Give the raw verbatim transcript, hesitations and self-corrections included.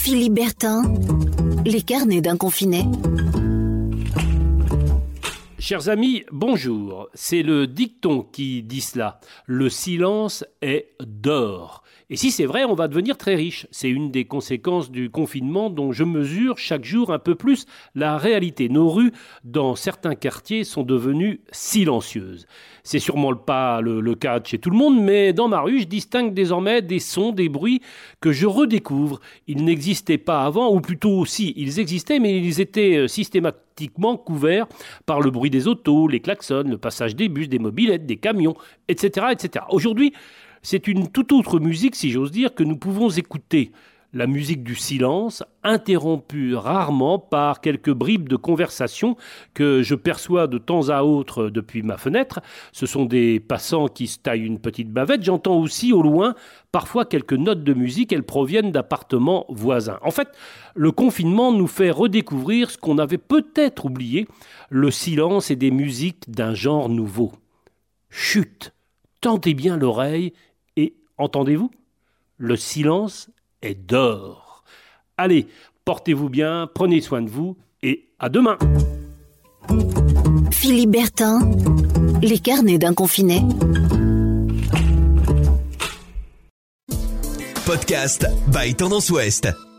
Philippe Bertin, les carnets d'un confiné. Chers amis, bonjour. C'est le dicton qui dit cela. Le silence est d'or. Et si c'est vrai, on va devenir très riche. C'est une des conséquences du confinement dont je mesure chaque jour un peu plus la réalité. Nos rues, dans certains quartiers, sont devenues silencieuses. C'est sûrement pas le, le cas de chez tout le monde, mais dans ma rue, je distingue désormais des sons, des bruits que je redécouvre. Ils n'existaient pas avant, ou plutôt aussi, ils existaient, mais ils étaient systématiquement couverts par le bruit des autos, les klaxons, le passage des bus, des mobylettes, des camions, et cetera, et cetera. Aujourd'hui, c'est une toute autre musique, si j'ose dire, que nous pouvons écouter. La musique du silence, interrompue rarement par quelques bribes de conversation que je perçois de temps à autre depuis ma fenêtre. Ce sont des passants qui se taillent une petite bavette. J'entends aussi au loin parfois quelques notes de musique. Elles proviennent d'appartements voisins. En fait, le confinement nous fait redécouvrir ce qu'on avait peut-être oublié, le silence et des musiques d'un genre nouveau. Chut, tendez bien l'oreille et entendez-vous ? Le silence est d'or. Allez, portez-vous bien, prenez soin de vous et à demain. Philippe Bertin, les carnets d'un confiné. Podcast by Tendance Ouest.